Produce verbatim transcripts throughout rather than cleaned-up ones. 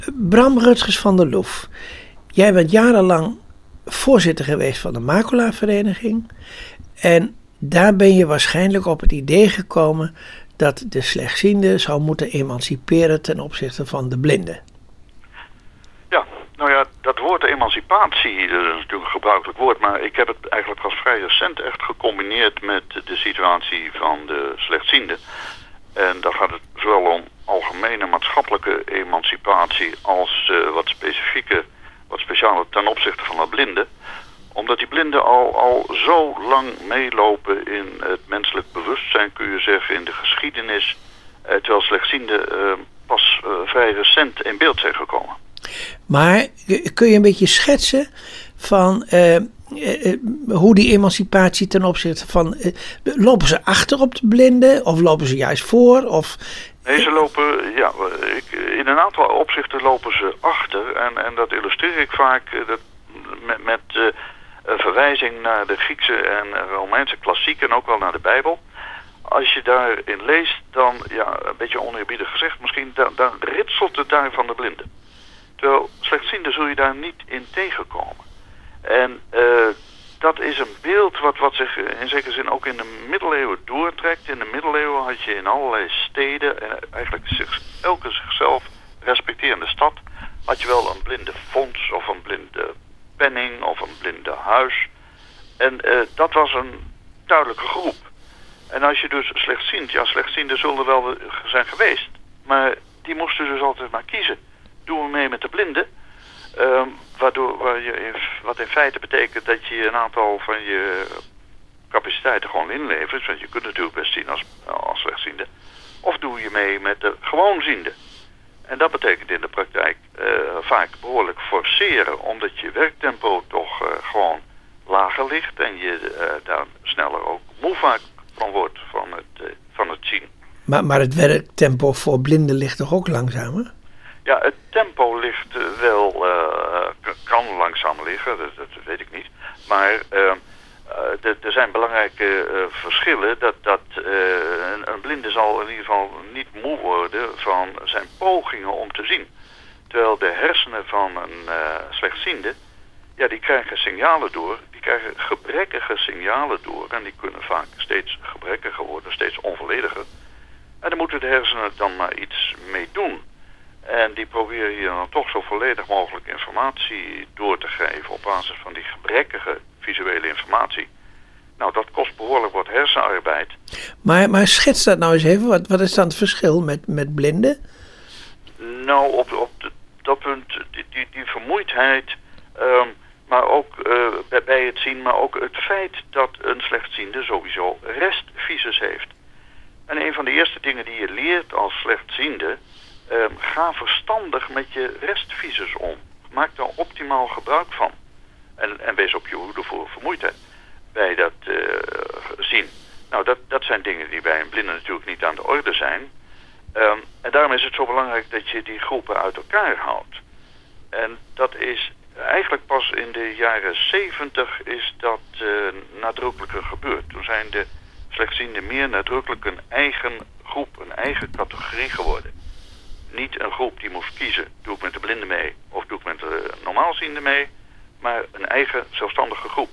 Bram Rutgers van der Loef, jij bent jarenlang voorzitter geweest van de Macula-vereniging. En daar ben je waarschijnlijk op het idee gekomen dat de slechtziende zou moeten emanciperen ten opzichte van de blinden. Ja, nou ja, dat woord emancipatie, dat is natuurlijk een gebruikelijk woord, maar ik heb het eigenlijk pas vrij recent echt gecombineerd met de situatie van de slechtzienden. En dan gaat het zowel om algemene maatschappelijke emancipatie als uh, wat specifieke, wat speciale ten opzichte van de blinden. Omdat die blinden al, al zo lang meelopen in het menselijk bewustzijn, kun je zeggen, in de geschiedenis. Uh, terwijl slechtzienden uh, pas uh, vrij recent in beeld zijn gekomen. Maar kun je een beetje schetsen van uh, uh, hoe die emancipatie ten opzichte van... Uh, lopen ze achter op de blinden of lopen ze juist voor? Of... Nee, ze lopen, ja, ik, in een aantal opzichten lopen ze achter. En, en dat illustreer ik vaak uh, dat, met, met uh, een verwijzing naar de Griekse en Romeinse klassiek en ook wel naar de Bijbel. Als je daarin leest, dan, ja, een beetje oneerbiedig gezegd misschien, dan, dan ritselt het daar van de blinden. Terwijl slechtzienden zul je daar niet in tegenkomen. En uh, dat is een beeld wat, wat zich in zekere zin ook in de middeleeuwen doortrekt. In de middeleeuwen had je in allerlei steden, en eigenlijk zich, elke zichzelf respecterende stad, had je wel een blinde fonds of een blinde penning of een blinde huis. En uh, dat was een duidelijke groep. En als je dus slechtziend, ja, slechtzienden zullen wel zijn geweest, maar die moesten dus altijd maar kiezen. Doen we mee met de blinden, um, waardoor, waar je in, wat in feite betekent dat je een aantal van je capaciteiten gewoon inlevert, want je kunt natuurlijk best zien als, als slechtziende. Of doe je mee met de gewoonziende. En dat betekent in de praktijk uh, vaak behoorlijk forceren, omdat je werktempo toch uh, gewoon lager ligt en je uh, daar sneller ook moe vaak van wordt van het, uh, van het zien. Maar, maar het werktempo voor blinden ligt toch ook langzamer? Ja, het tempo ligt uh, wel, uh, kan langzaam liggen, dat, dat weet ik niet. Maar uh, uh, er zijn belangrijke uh, verschillen. Dat, dat uh, een, een blinde zal in ieder geval niet moe worden van zijn pogingen om te zien. Terwijl de hersenen van een uh, slechtziende, ja, die krijgen signalen door. Die krijgen gebrekkige signalen door. En die kunnen vaak steeds gebrekkiger worden, steeds onvollediger. En dan moeten de hersenen dan maar iets mee doen. En die proberen hier dan toch zo volledig mogelijk informatie door te geven op basis van die gebrekkige visuele informatie. Nou, dat kost behoorlijk wat hersenarbeid. Maar, maar schets dat nou eens even. Wat, wat is dan het verschil met, met blinden? Nou, op, op de, dat punt, die, die, die vermoeidheid, um, maar ook uh, bij, bij het zien, maar ook het feit dat een slechtziende sowieso restvisus heeft. En een van de eerste dingen die je leert als slechtziende, Um, ga verstandig met je restvisus om. Maak daar optimaal gebruik van. En, en wees op je hoede voor vermoeidheid bij dat uh, zien. Nou, dat, dat zijn dingen die bij een blinde natuurlijk niet aan de orde zijn. Um, en daarom is het zo belangrijk dat je die groepen uit elkaar houdt. En dat is eigenlijk pas in de jaren zeventig is dat uh, nadrukkelijker gebeurd. Toen zijn de slechtzienden meer nadrukkelijk een eigen groep, een eigen categorie geworden. Niet een groep die moest kiezen, doe ik met de blinden mee of doe ik met de normaalziende mee, maar een eigen zelfstandige groep.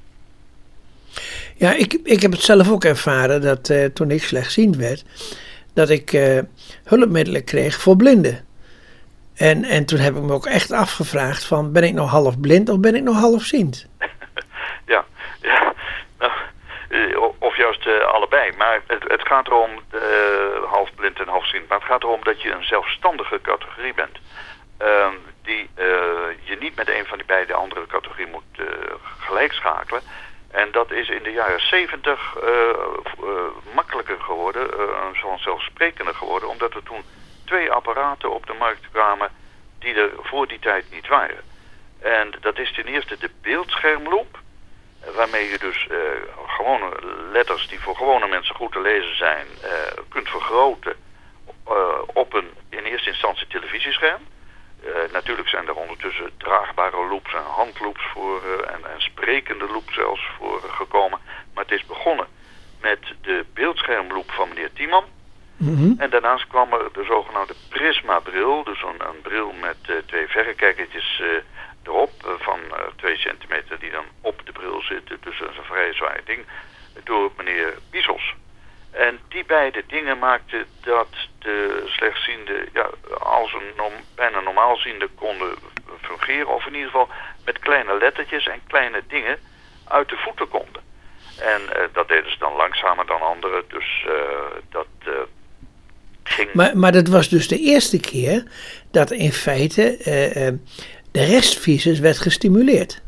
Ja, ik, ik heb het zelf ook ervaren dat uh, toen ik slechtziend werd, dat ik uh, hulpmiddelen kreeg voor blinden. En, en toen heb ik me ook echt afgevraagd van, ben ik nou half blind of ben ik nou halfziend? ja, ja, nou, of juist uh, allebei. Maar het, het gaat erom, uh, half blind en halfziend, maar het gaat erom dat je een zelfstandige categorie bent. Uh, die uh, je niet met een van die beide andere categorieën moet uh, gelijk schakelen. En dat is in de jaren zeventig uh, uh, makkelijker geworden, uh, vanzelfsprekender geworden, omdat er toen twee apparaten op de markt kwamen die er voor die tijd niet waren. En dat is ten eerste de beeldschermloop, waarmee je dus uh, gewone letters die voor gewone mensen goed te lezen zijn, uh, kunt vergroten uh, op een in eerste instantie televisiescherm. Uh, natuurlijk zijn er ondertussen draagbare loops en handloops voor uh, en, en sprekende loops zelfs voor uh, gekomen. Maar het is begonnen met de beeldschermloop van meneer Tiemann. Mm-hmm. En daarnaast kwam er de zogenaamde prismabril, dus een, een bril met uh, twee verrekijkertjes uh, erop uh, van uh, twee centimeter die dan op de bril zitten. Dus dat is een vrij zwaar ding, door meneer Biesels. En die beide dingen maakten dat de slechtzienden ja, als een norm, bijna normaalziende konden fungeren. Of in ieder geval met kleine lettertjes en kleine dingen uit de voeten konden. En uh, dat deden ze dan langzamer dan anderen. Dus uh, dat uh, ging... Maar, maar dat was dus de eerste keer dat in feite uh, uh, de restvisus werd gestimuleerd.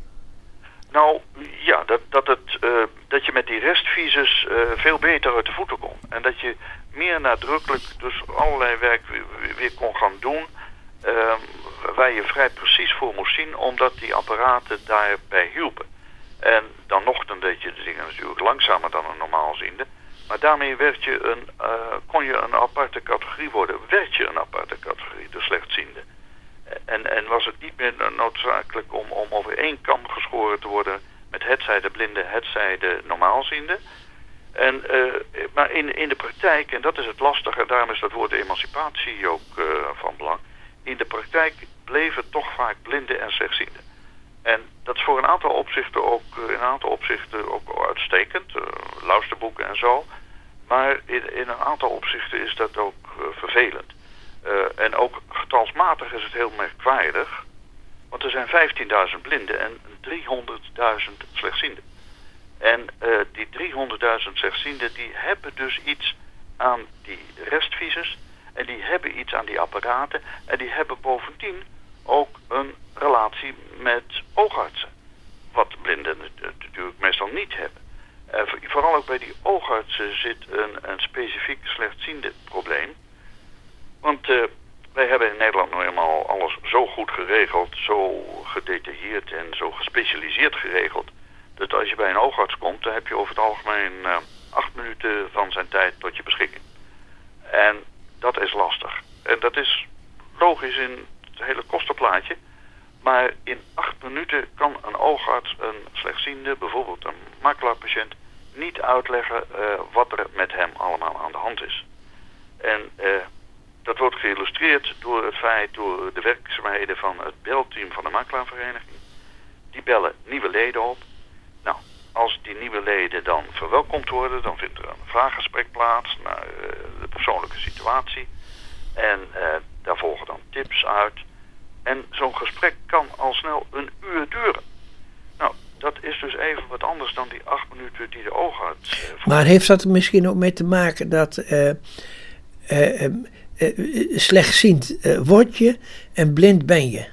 Nou, ja, dat, dat, het, uh, dat je met die restvisus uh, veel beter uit de voeten kon. En dat je meer nadrukkelijk dus allerlei werk weer, weer kon gaan doen... Uh, waar je vrij precies voor moest zien, omdat die apparaten daarbij hielpen. En dan nog, dan deed je de dingen natuurlijk langzamer dan een normaalziende. Maar daarmee werd je een, uh, kon je een aparte categorie worden. Werd je een aparte categorie, de slechtziende. En, en was het niet meer noodzakelijk om, om over één kam geschoren te worden met hetzij de blinde, hetzij de normaalziende. En, uh, maar in, in de praktijk, en dat is het lastige, daarom is dat woord emancipatie ook uh, van belang. In de praktijk bleven toch vaak blinden en slechtzienden. En dat is voor een aantal opzichten ook, in een aantal opzichten ook uitstekend, uh, luisterboeken en zo. Maar in, in een aantal opzichten is dat ook uh, vervelend. Uh, en ook getalsmatig is het heel merkwaardig. Want er zijn vijftienduizend blinden en driehonderdduizend slechtzienden. En uh, die driehonderdduizend slechtzienden die hebben dus iets aan die restvisus. En die hebben iets aan die apparaten. En die hebben bovendien ook een relatie met oogartsen. Wat blinden natuurlijk meestal niet hebben. Uh, vooral ook bij die oogartsen zit een, een specifiek slechtziende probleem. Want uh, wij hebben in Nederland nou eenmaal alles zo goed geregeld, zo gedetailleerd en zo gespecialiseerd geregeld, dat als je bij een oogarts komt, dan heb je over het algemeen uh, acht minuten van zijn tijd tot je beschikking. En dat is lastig. En dat is logisch in het hele kostenplaatje. Maar in acht minuten kan een oogarts een slechtziende, bijvoorbeeld een makelaarpatiënt, niet uitleggen uh, wat er met hem allemaal aan de hand is. En uh, dat wordt geïllustreerd door het feit, door de werkzaamheden van het belteam van de makelaarvereniging. Die bellen nieuwe leden op. Nou, als die nieuwe leden dan verwelkomd worden, dan vindt er een vraaggesprek plaats naar uh, de persoonlijke situatie. En uh, daar volgen dan tips uit. En zo'n gesprek kan al snel een uur duren. Nou, dat is dus even wat anders dan die acht minuten die de oogarts... Uh, maar heeft dat er misschien ook mee te maken dat uh, uh, uh, uh, slechtziend uh, word je en blind ben je?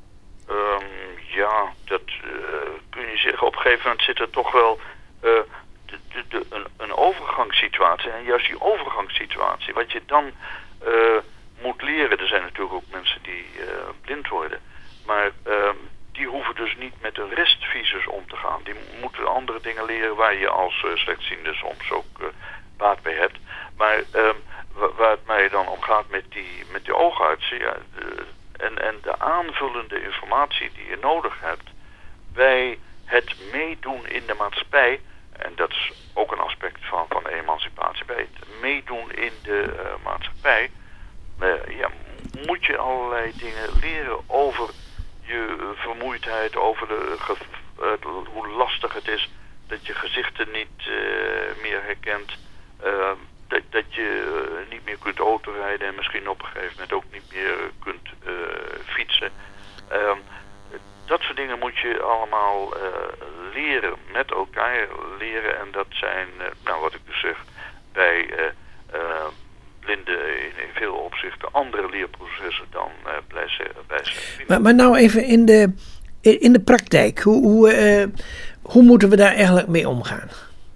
Um, ja, dat uh, kun je zeggen. Op een gegeven moment zit er toch wel uh, de, de, de, een, een overgangssituatie. En juist die overgangssituatie, wat je dan... Uh, moet leren. Er zijn natuurlijk ook mensen die uh, blind worden. Maar uh, die hoeven dus niet met de restvisus om te gaan. Die moeten andere dingen leren waar je als uh, slechtziende soms ook uh, baat bij hebt. Maar uh, waar het mij dan om gaat met die, met die oogartsen, ja, de, en, en de aanvullende informatie die je nodig hebt bij het meedoen in de maatschappij, en dat is ook een aspect van, van de emancipatie, bij het meedoen in de uh, maatschappij, Uh, ja, moet je allerlei dingen leren over je vermoeidheid, over de, uh, hoe lastig het is dat je gezichten niet uh, meer herkent, uh, dat, dat je uh, niet meer kunt autorijden en misschien op een gegeven moment ook niet meer kunt uh, fietsen. Uh, dat soort dingen moet je allemaal uh, leren, met elkaar leren. En dat zijn, uh, nou wat ik dus zeg, bij... Uh, uh, blinden in veel opzichten andere leerprocessen dan uh, bij zijn. Maar, maar nou even in de, in de praktijk, hoe, hoe, uh, hoe moeten we daar eigenlijk mee omgaan?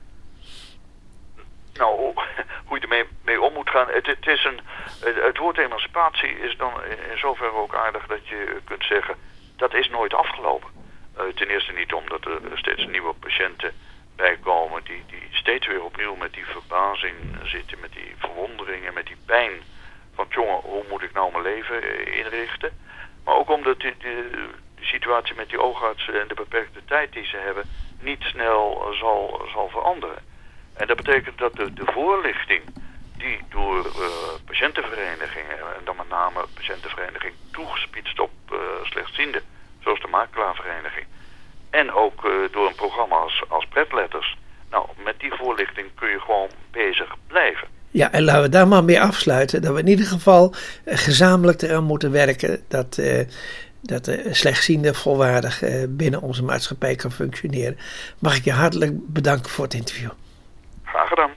Nou, hoe je ermee mee om moet gaan, het, het, is een, het, het woord emancipatie is dan in zoverre ook aardig dat je kunt zeggen, dat is nooit afgelopen. Uh, ten eerste niet omdat er steeds nieuwe patiënten bijkomen die, die steeds weer opnieuw met die verbazing zitten, met die verwonderingen, met die pijn van jongen, hoe moet ik nou mijn leven inrichten? Maar ook omdat de, de, de situatie met die oogartsen en de beperkte tijd die ze hebben niet snel zal, zal veranderen. En dat betekent dat de, de voorlichting die door uh, patiëntenverenigingen, en dan met name patiëntenvereniging toegespitst op uh, slechtzienden, zoals de makelaarvereniging, en ook uh, door een programma als, als Pretletters. Nou, met die voorlichting kun je gewoon bezig blijven. Ja, en laten we daar maar mee afsluiten. Dat we in ieder geval uh, gezamenlijk eraan moeten werken dat, uh, dat de uh, slechtziende volwaardig uh, binnen onze maatschappij kan functioneren. Mag ik je hartelijk bedanken voor het interview. Graag gedaan.